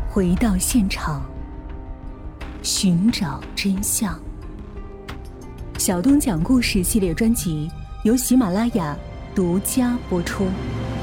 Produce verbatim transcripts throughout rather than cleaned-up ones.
回到现场，寻找真相。小东讲故事系列专辑由喜马拉雅独家播出。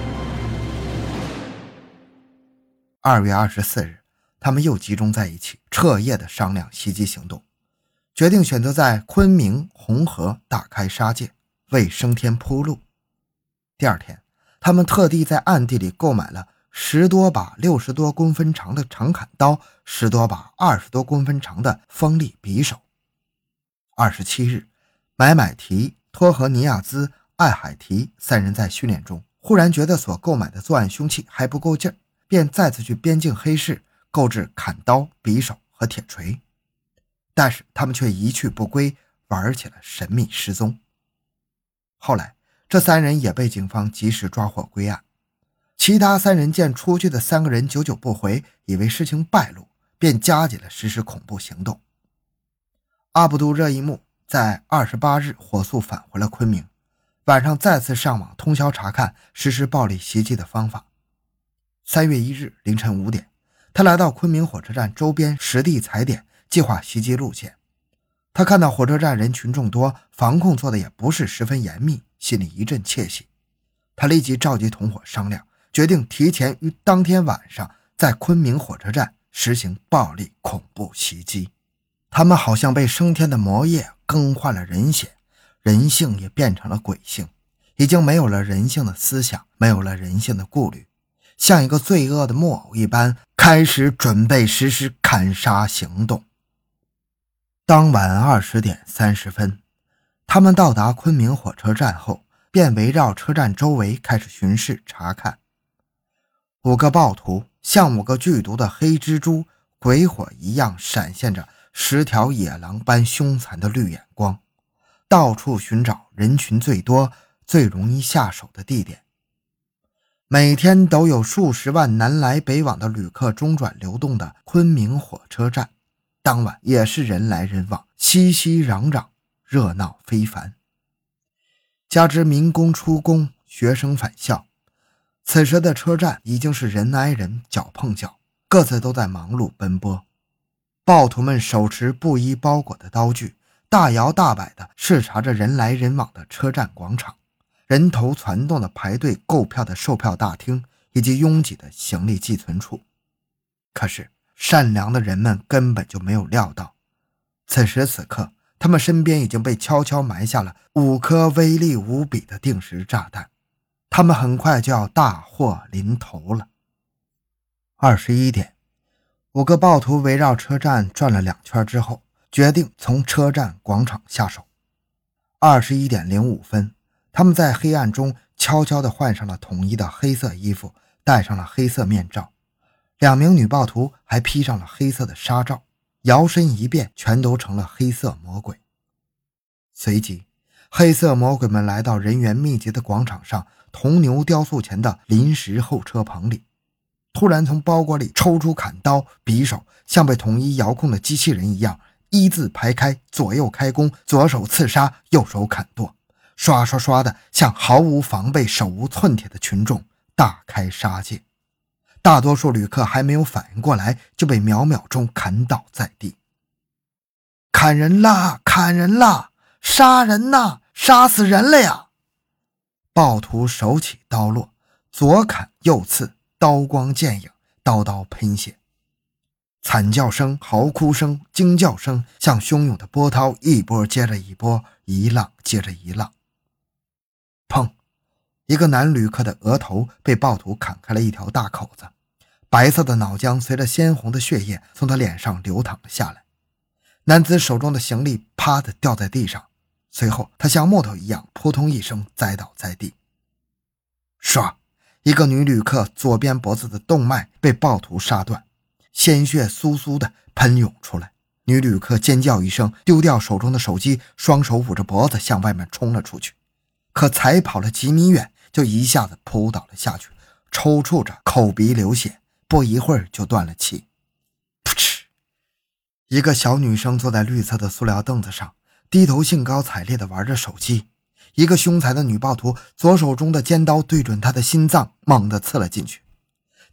二月二十四日，他们又集中在一起，彻夜的商量袭击行动，决定选择在昆明、红河大开杀戒，为升天铺路。第二天，他们特地在暗地里购买了十多把六十多公分长的长砍刀，十多把二十多公分长的锋利匕首。二十七日，买买提、托和尼亚兹、艾海提三人在训练中，忽然觉得所购买的作案凶器还不够劲儿，便再次去边境黑市购置砍刀、匕首和铁锤。但是他们却一去不归，玩起了神秘失踪。后来这三人也被警方及时抓获归案。其他三人见出去的三个人久久不回，以为事情败露，便加紧了实施恐怖行动。阿卜杜热依木在二十八日火速返回了昆明，晚上再次上网通宵查看实施暴力袭击的方法。三月一日凌晨五点，他来到昆明火车站周边实地踩点，计划袭击路线。他看到火车站人群众多，防控做的也不是十分严密，心里一阵窃喜。他立即召集同伙商量，决定提前于当天晚上在昆明火车站实行暴力恐怖袭击。他们好像被升天的魔液更换了人血，人性也变成了鬼性，已经没有了人性的思想，没有了人性的顾虑，像一个罪恶的木偶一般，开始准备实施砍杀行动。当晚二十点三十分，他们到达昆明火车站后，便围绕车站周围开始巡视查看。五个暴徒像五个剧毒的黑蜘蛛，鬼火一样闪现着十条野狼般凶残的绿眼光，到处寻找人群最多、最容易下手的地点。每天都有数十万南来北往的旅客中转流动的昆明火车站，当晚也是人来人往，熙熙攘攘，热闹非凡。加之民工出工，学生返校，此时的车站已经是人挨人，脚碰脚，各自都在忙碌奔波。暴徒们手持布衣包裹的刀具，大摇大摆地视察着人来人往的车站广场，人头攒动的排队购票的售票大厅，以及拥挤的行李寄存处。可是善良的人们根本就没有料到，此时此刻他们身边已经被悄悄埋下了五颗威力无比的定时炸弹，他们很快就要大祸临头了。二十一点，五个暴徒围绕车站转了两圈之后，决定从车站广场下手。二十一点零五分，他们在黑暗中悄悄地换上了统一的黑色衣服，戴上了黑色面罩。两名女暴徒还披上了黑色的纱罩，摇身一变，全都成了黑色魔鬼。随即，黑色魔鬼们来到人员密集的广场上铜牛雕塑前的临时候车棚里，突然从包裹里抽出砍刀、匕首，像被统一遥控的机器人一样一字排开，左右开弓，左手刺杀，右手砍剁，刷刷刷的向毫无防备、手无寸铁的群众大开杀戒。大多数旅客还没有反应过来，就被秒秒钟砍倒在地。砍人啦！砍人啦！杀人呐！杀死人了呀！暴徒手起刀落，左砍右刺，刀光剑影，刀刀喷血。惨叫声、嚎哭声、惊叫声像汹涌的波涛，一波接着一波，一浪接着一浪。砰！一个男旅客的额头被暴徒砍开了一条大口子，白色的脑浆随着鲜红的血液从他脸上流淌了下来。男子手中的行李啪地掉在地上，随后他像木头一样扑通一声栽倒在地。唰！一个女旅客左边脖子的动脉被暴徒杀断，鲜血簌簌地喷涌出来。女旅客尖叫一声，丢掉手中的手机，双手捂着脖子向外面冲了出去。可才跑了几米远，就一下子扑倒了下去，抽搐着，口鼻流血，不一会儿就断了气。噗嗤！一个小女生坐在绿色的塑料凳子上，低头兴高采烈地玩着手机。一个凶残的女暴徒左手中的尖刀对准她的心脏，猛地刺了进去。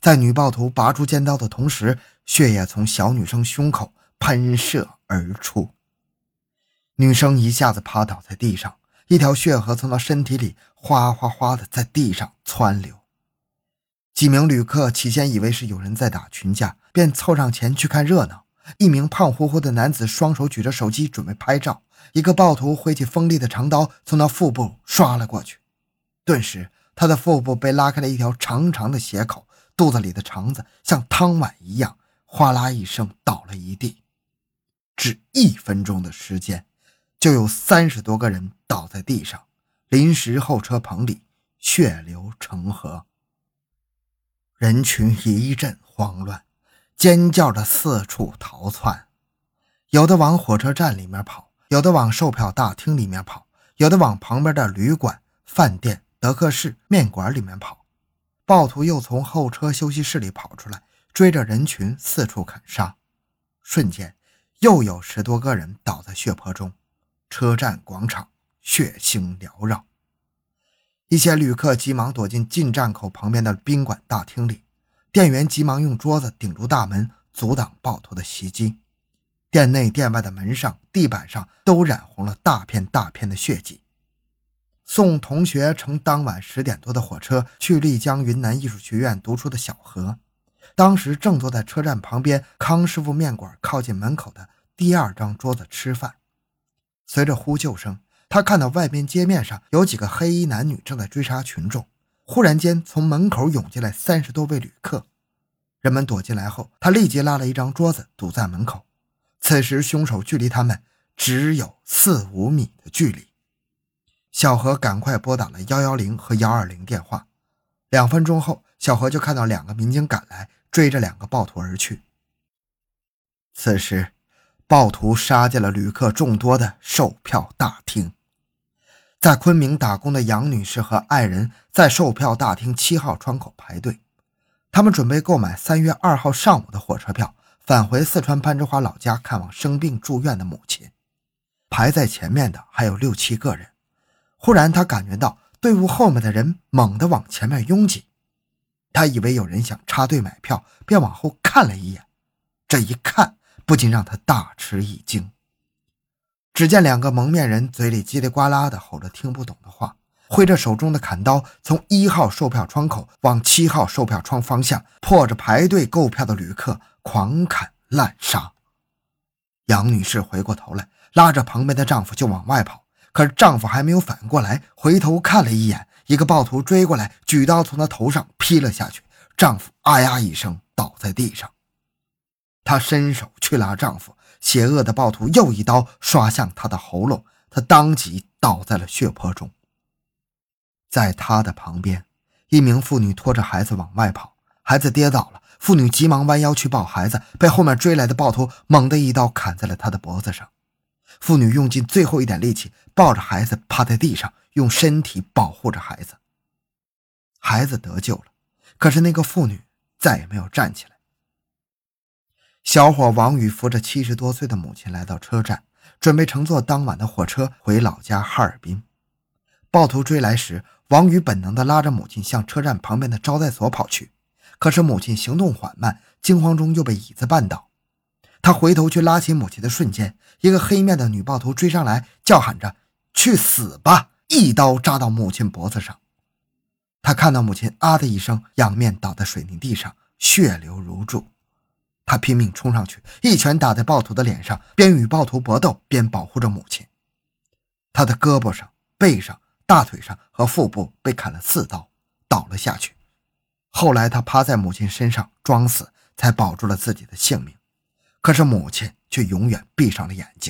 在女暴徒拔出尖刀的同时，血液从小女生胸口喷射而出。女生一下子趴倒在地上，一条血河从她身体里哗哗哗的在地上窜流。几名旅客起先以为是有人在打群架，便凑上前去看热闹。一名胖乎乎的男子双手举着手机准备拍照，一个暴徒挥起锋利的长刀从他腹部刷了过去，顿时他的腹部被拉开了一条长长的血口，肚子里的肠子像汤碗一样哗啦一声倒了一地。只一分钟的时间，就有三十多个人倒在地上，临时候车棚里血流成河。人群一阵慌乱，尖叫着四处逃窜，有的往火车站里面跑，有的往售票大厅里面跑，有的往旁边的旅馆、饭店、德克士、面馆里面跑。暴徒又从候车休息室里跑出来，追着人群四处砍杀。瞬间又有十多个人倒在血泊中，车站广场血腥缭绕。一些旅客急忙躲进进站口旁边的宾馆大厅里，店员急忙用桌子顶住大门，阻挡暴徒的袭击。店内店外的门上、地板上都染红了大片大片的血迹。送同学乘当晚十点多的火车去丽江云南艺术学院读书的小何，当时正坐在车站旁边康师傅面馆靠近门口的第二张桌子吃饭。随着呼救声，他看到外面街面上有几个黑衣男女正在追杀群众，忽然间从门口涌进来三十多位旅客。人们躲进来后，他立即拉了一张桌子堵在门口。此时凶手距离他们只有四五米的距离。小何赶快拨打了一一零和一二零电话。两分钟后，小何就看到两个民警赶来，追着两个暴徒而去。此时暴徒杀进了旅客众多的售票大厅。在昆明打工的杨女士和爱人在售票大厅七号窗口排队，他们准备购买三月二号上午的火车票，返回四川攀枝花老家看望生病住院的母亲。排在前面的还有六七个人。忽然他感觉到队伍后面的人猛地往前面拥挤，他以为有人想插队买票，便往后看了一眼。这一看不禁让他大吃一惊。只见两个蒙面人嘴里叽里呱啦的吼着听不懂的话，挥着手中的砍刀，从一号售票窗口往七号售票窗方向迫着排队购票的旅客狂砍滥杀。杨女士回过头来，拉着旁边的丈夫就往外跑，可是丈夫还没有反应过来，回头看了一眼，一个暴徒追过来，举刀从她头上劈了下去，丈夫啊呀一声倒在地上。她伸手去拉丈夫，邪恶的暴徒又一刀刷向她的喉咙，她当即倒在了血泊中。在她的旁边，一名妇女拖着孩子往外跑，孩子跌倒了，妇女急忙弯腰去抱孩子，被后面追来的暴徒猛地一刀砍在了她的脖子上。妇女用尽最后一点力气抱着孩子趴在地上，用身体保护着孩子。孩子得救了，可是那个妇女再也没有站起来。小伙王宇扶着七十多岁的母亲来到车站，准备乘坐当晚的火车回老家哈尔滨。暴徒追来时，王宇本能地拉着母亲向车站旁边的招待所跑去，可是母亲行动缓慢，惊慌中又被椅子绊倒。他回头去拉起母亲的瞬间，一个黑面的女暴徒追上来，叫喊着去死吧，一刀扎到母亲脖子上。他看到母亲啊的一声仰面倒在水泥地上，血流如注。他拼命冲上去，一拳打在暴徒的脸上，边与暴徒搏斗边保护着母亲。他的胳膊上、背上、大腿上和腹部被砍了四刀，倒了下去。后来他趴在母亲身上装死，才保住了自己的性命。可是母亲却永远闭上了眼睛。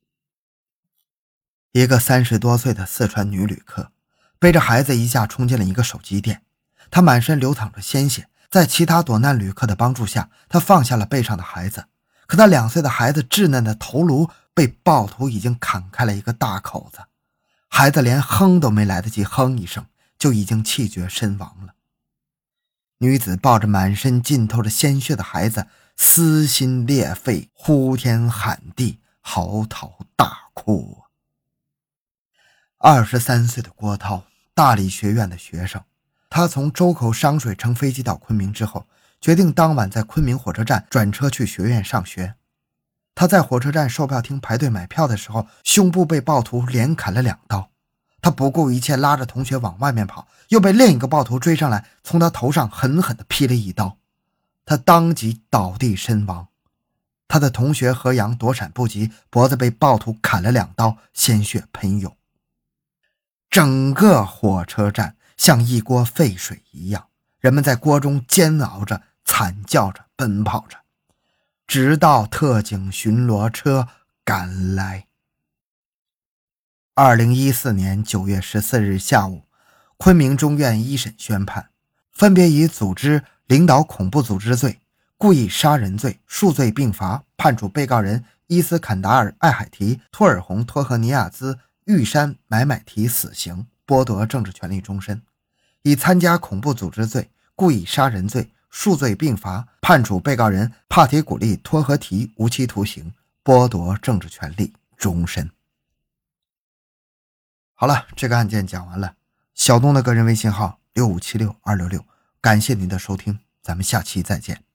一个三十多岁的四川女旅客背着孩子一下冲进了一个手机店，她满身流淌着鲜血，在其他躲难旅客的帮助下，她放下了背上的孩子，可她两岁的孩子稚嫩的头颅被暴徒已经砍开了一个大口子，孩子连哼都没来得及哼一声，就已经气绝身亡了。女子抱着满身浸透着鲜血的孩子，撕心裂肺，呼天喊地，嚎啕大哭。二十三岁的郭涛，大理学院的学生，他从周口商水乘飞机到昆明之后， 决定当晚在昆明火车站转车去学院上学。他在火车站售票厅排队买票的时候，胸部被暴徒连砍了两刀。他不顾一切拉着同学往外面跑，又被另一个暴徒追上来，从他头上狠狠地劈了一刀。他当即倒地身亡。他的同学何阳躲闪不及，脖子被暴徒砍了两刀，鲜血喷涌。整个火车站像一锅沸水一样，人们在锅中煎熬着，惨叫着，奔跑着，直到特警巡逻车赶来。二零一四年九月十四日下午，昆明中院一审宣判，分别以组织领导恐怖组织罪、故意杀人罪数罪并罚，判处被告人伊斯坎达尔·艾海提、托尔洪·托和尼亚兹、玉山买买提死刑，剥夺政治权利终身；以参加恐怖组织罪、故意杀人罪数罪并罚，判处被告人帕提古利·托和提无期徒刑，剥夺政治权利终身。好了，这个案件讲完了。小东的个人微信号六五七六二六六，感谢您的收听，咱们下期再见。